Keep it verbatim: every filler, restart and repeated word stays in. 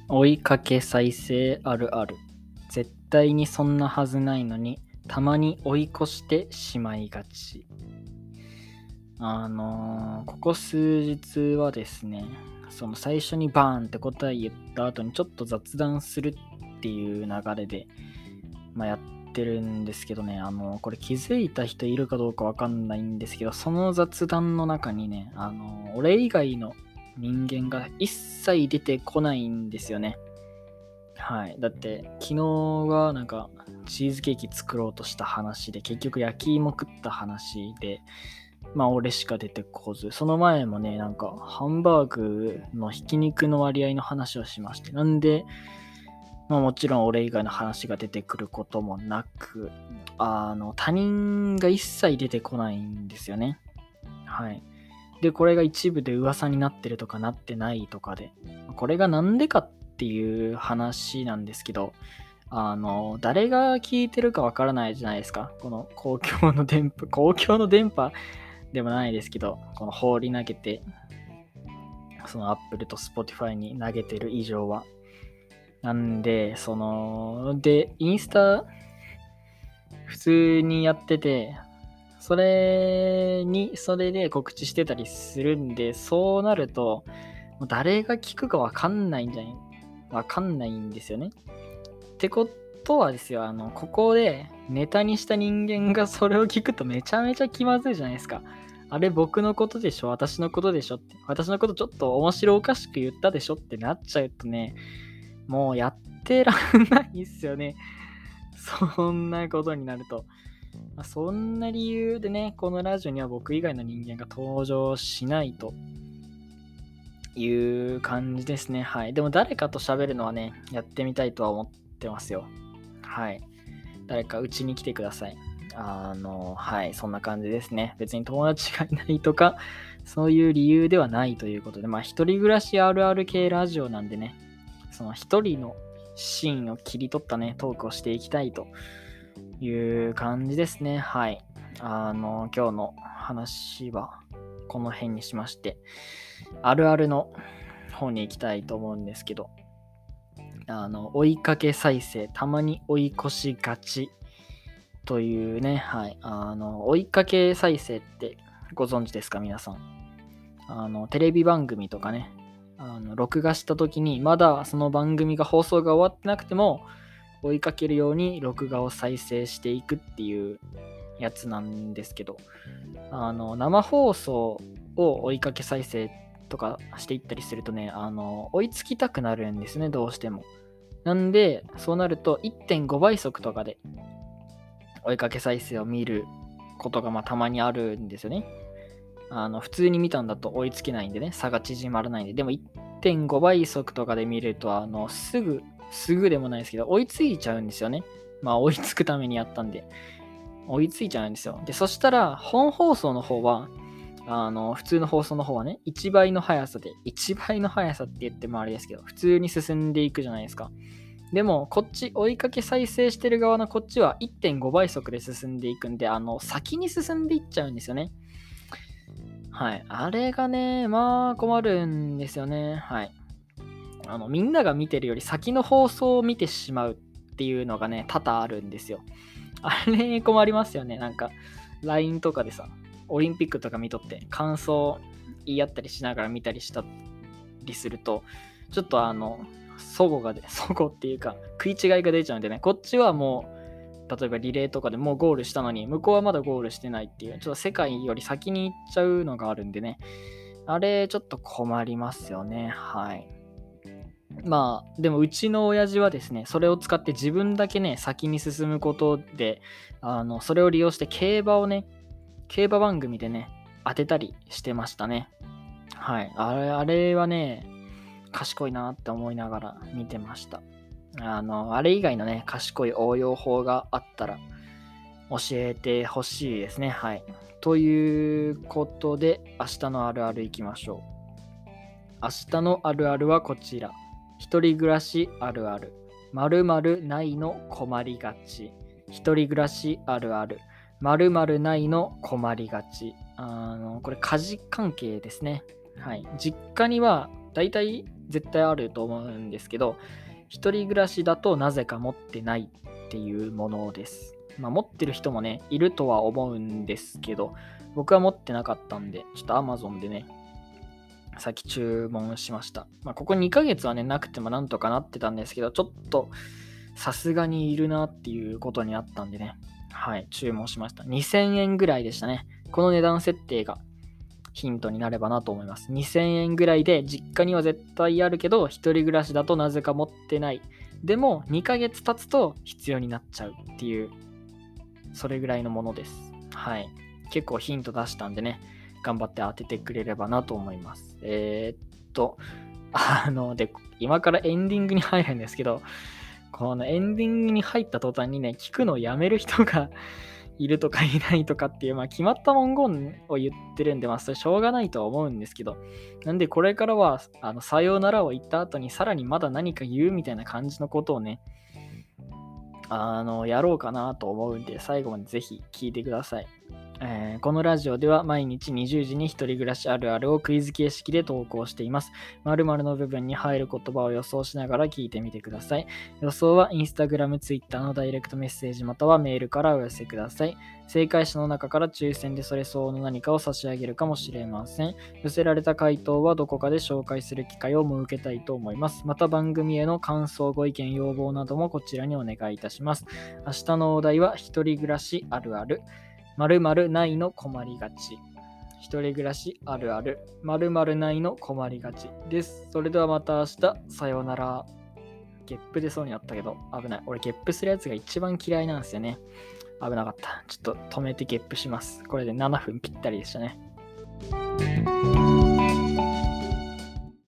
追いかけ再生あるある。絶対にそんなはずないのに、たまに追い越してしまいがち。あのー、ここ数日はですね、その最初にバーンって答え言った後にちょっと雑談するっていう流れで、まあ、やってるんですけどね、あのー、これ気づいた人いるかどうかわかんないんですけど、その雑談の中にね、あのー、俺以外の人間が一切出てこないんですよね。はい。だって、昨日はなんか、チーズケーキ作ろうとした話で、結局焼き芋食った話で、まあ俺しか出てこず、その前もね、なんか、ハンバーグのひき肉の割合の話をしまして、なんで、まあもちろん俺以外の話が出てくることもなく、あの、他人が一切出てこないんですよね。はい。で、これが一部で噂になってるとかなってないとかで、これがなんでかっていう話なんですけど、あの、誰が聞いてるかわからないじゃないですか。この公共の電波、公共の電波でもないですけど、この放り投げて、その Apple と Spotify に投げてる以上は。なんで、その、で、インスタ、普通にやってて、それに、それで告知してたりするんで、そうなると、もう誰が聞くかわかんないんじゃないわかんないんですよね。ってことはですよ、あの、ここでネタにした人間がそれを聞くとめちゃめちゃ気まずいじゃないですか。あれ僕のことでしょ私のことでしょって。私のことちょっと面白おかしく言ったでしょってなっちゃうとね、もうやってらんないっすよね。そんなことになると。まあ、そんな理由でね、このラジオには僕以外の人間が登場しないという感じですね。はい。でも誰かと喋るのはね、やってみたいとは思ってますよ。はい。誰かうちに来てください。あの、はい、そんな感じですね。別に友達がいないとか、そういう理由ではないということで、まあ、一人暮らしあるある系ラジオなんでね、その一人のシーンを切り取ったね、トークをしていきたいという感じですね。はい。あの、今日の話はこの辺にしまして、あるあるの方に行きたいと思うんですけど、あの、追いかけ再生、たまに追い越しがちというね、はい。あの、追いかけ再生ってご存知ですか、皆さん。あの、テレビ番組とかね、あの録画した時に、まだその番組が放送が終わってなくても、追いかけるように録画を再生していくっていうやつなんですけど、あの、生放送を追いかけ再生とかしていったりするとね、あの、追いつきたくなるんですね、どうしても。なんで、そうなると いってんご 倍速とかで追いかけ再生を見ることがまあたまにあるんですよね。あの普通に見たんだと追いつけないんでね、差が縮まらないんで、でも いってんご 倍速とかで見ると、あのすぐ、すぐでもないですけど、追いついちゃうんですよね。まあ追いつくためにやったんで、追いついちゃうんですよ。で、そしたら本放送の方は、あの普通の放送の方はね、いちばいの速さで、いちばいの速さって言ってもあれですけど、普通に進んでいくじゃないですか。でも、こっち、追いかけ再生してる側のこっちは いってんご 倍速で進んでいくんで、あの、先に進んでいっちゃうんですよね。はい。あれがね、まあ困るんですよね。はい。あの、みんなが見てるより先の放送を見てしまうっていうのがね、多々あるんですよ。あれ困りますよね。なんか、ライン とかでさ、オリンピックとか見とって感想言い合ったりしながら見たりしたりすると、ちょっとあの、齟齬がで、齟齬っていうか、食い違いが出ちゃうんでね、こっちはもう、例えばリレーとかでもうゴールしたのに、向こうはまだゴールしてないっていう、ちょっと世界より先に行っちゃうのがあるんでね、あれ、ちょっと困りますよね。はい。まあ、でもうちの親父はですね、それを使って自分だけね、先に進むことで、あの、それを利用して競馬をね、競馬番組でね、当てたりしてましたね。はい。あれ、あれはね、賢いなって思いながら見てました。あの、あれ以外のね、賢い応用法があったら教えてほしいですね。はい。ということで、明日のあるあるいきましょう。明日のあるあるはこちら。一人暮らしあるある。〇〇ないの困りがち。一人暮らしあるある。〇〇ないの困りがち。あの、これ家事関係ですね。はい。実家には大体絶対あると思うんですけど、一人暮らしだとなぜか持ってないっていうものです。まあ持ってる人もね、いるとは思うんですけど、僕は持ってなかったんで、ちょっと Amazon でね、さっき注文しました。まあここにかげつはね、なくてもなんとかなってたんですけど、ちょっとさすがにいるなっていうことになったんでね、はい、注文しました。にせんえんぐらいでしたね。この値段設定がヒントになればなと思います。にせんえんぐらいで実家には絶対あるけど、一人暮らしだとなぜか持ってない。でもにかげつ経つと必要になっちゃうっていう、それぐらいのものです。はい。結構ヒント出したんでね、頑張って当ててくれればなと思います。えー、っと、あの、で、今からエンディングに入るんですけど、このエンディングに入った途端にね、聞くのをやめる人がいるとかいないとかっていう、まあ決まった文言を言ってるんで、まあそれしょうがないとは思うんですけど、なんでこれからは、あの、さようならを言った後にさらにまだ何か言うみたいな感じのことをね、あの、やろうかなと思うんで、最後までぜひ聞いてください。えーこのラジオでは毎日にじゅうじに一人暮らしあるあるをクイズ形式で投稿しています。〇〇の部分に入る言葉を予想しながら聞いてみてください。予想は Instagram、Twitter のダイレクトメッセージまたはメールからお寄せください。正解者の中から抽選でそれ相応の何かを差し上げるかもしれません。寄せられた回答はどこかで紹介する機会を設けたいと思います。また番組への感想、ご意見、要望などもこちらにお願いいたします。明日のお題は一人暮らしあるある。〇〇ないの困りがち。一人暮らしあるある。〇〇ないの困りがちです。それではまた明日。さようなら。ゲップ出そうになったけど、危ない。俺ゲップするやつが一番嫌いなんですよね。危なかった。ちょっと止めてゲップします。これでななふんぴったりでしたね。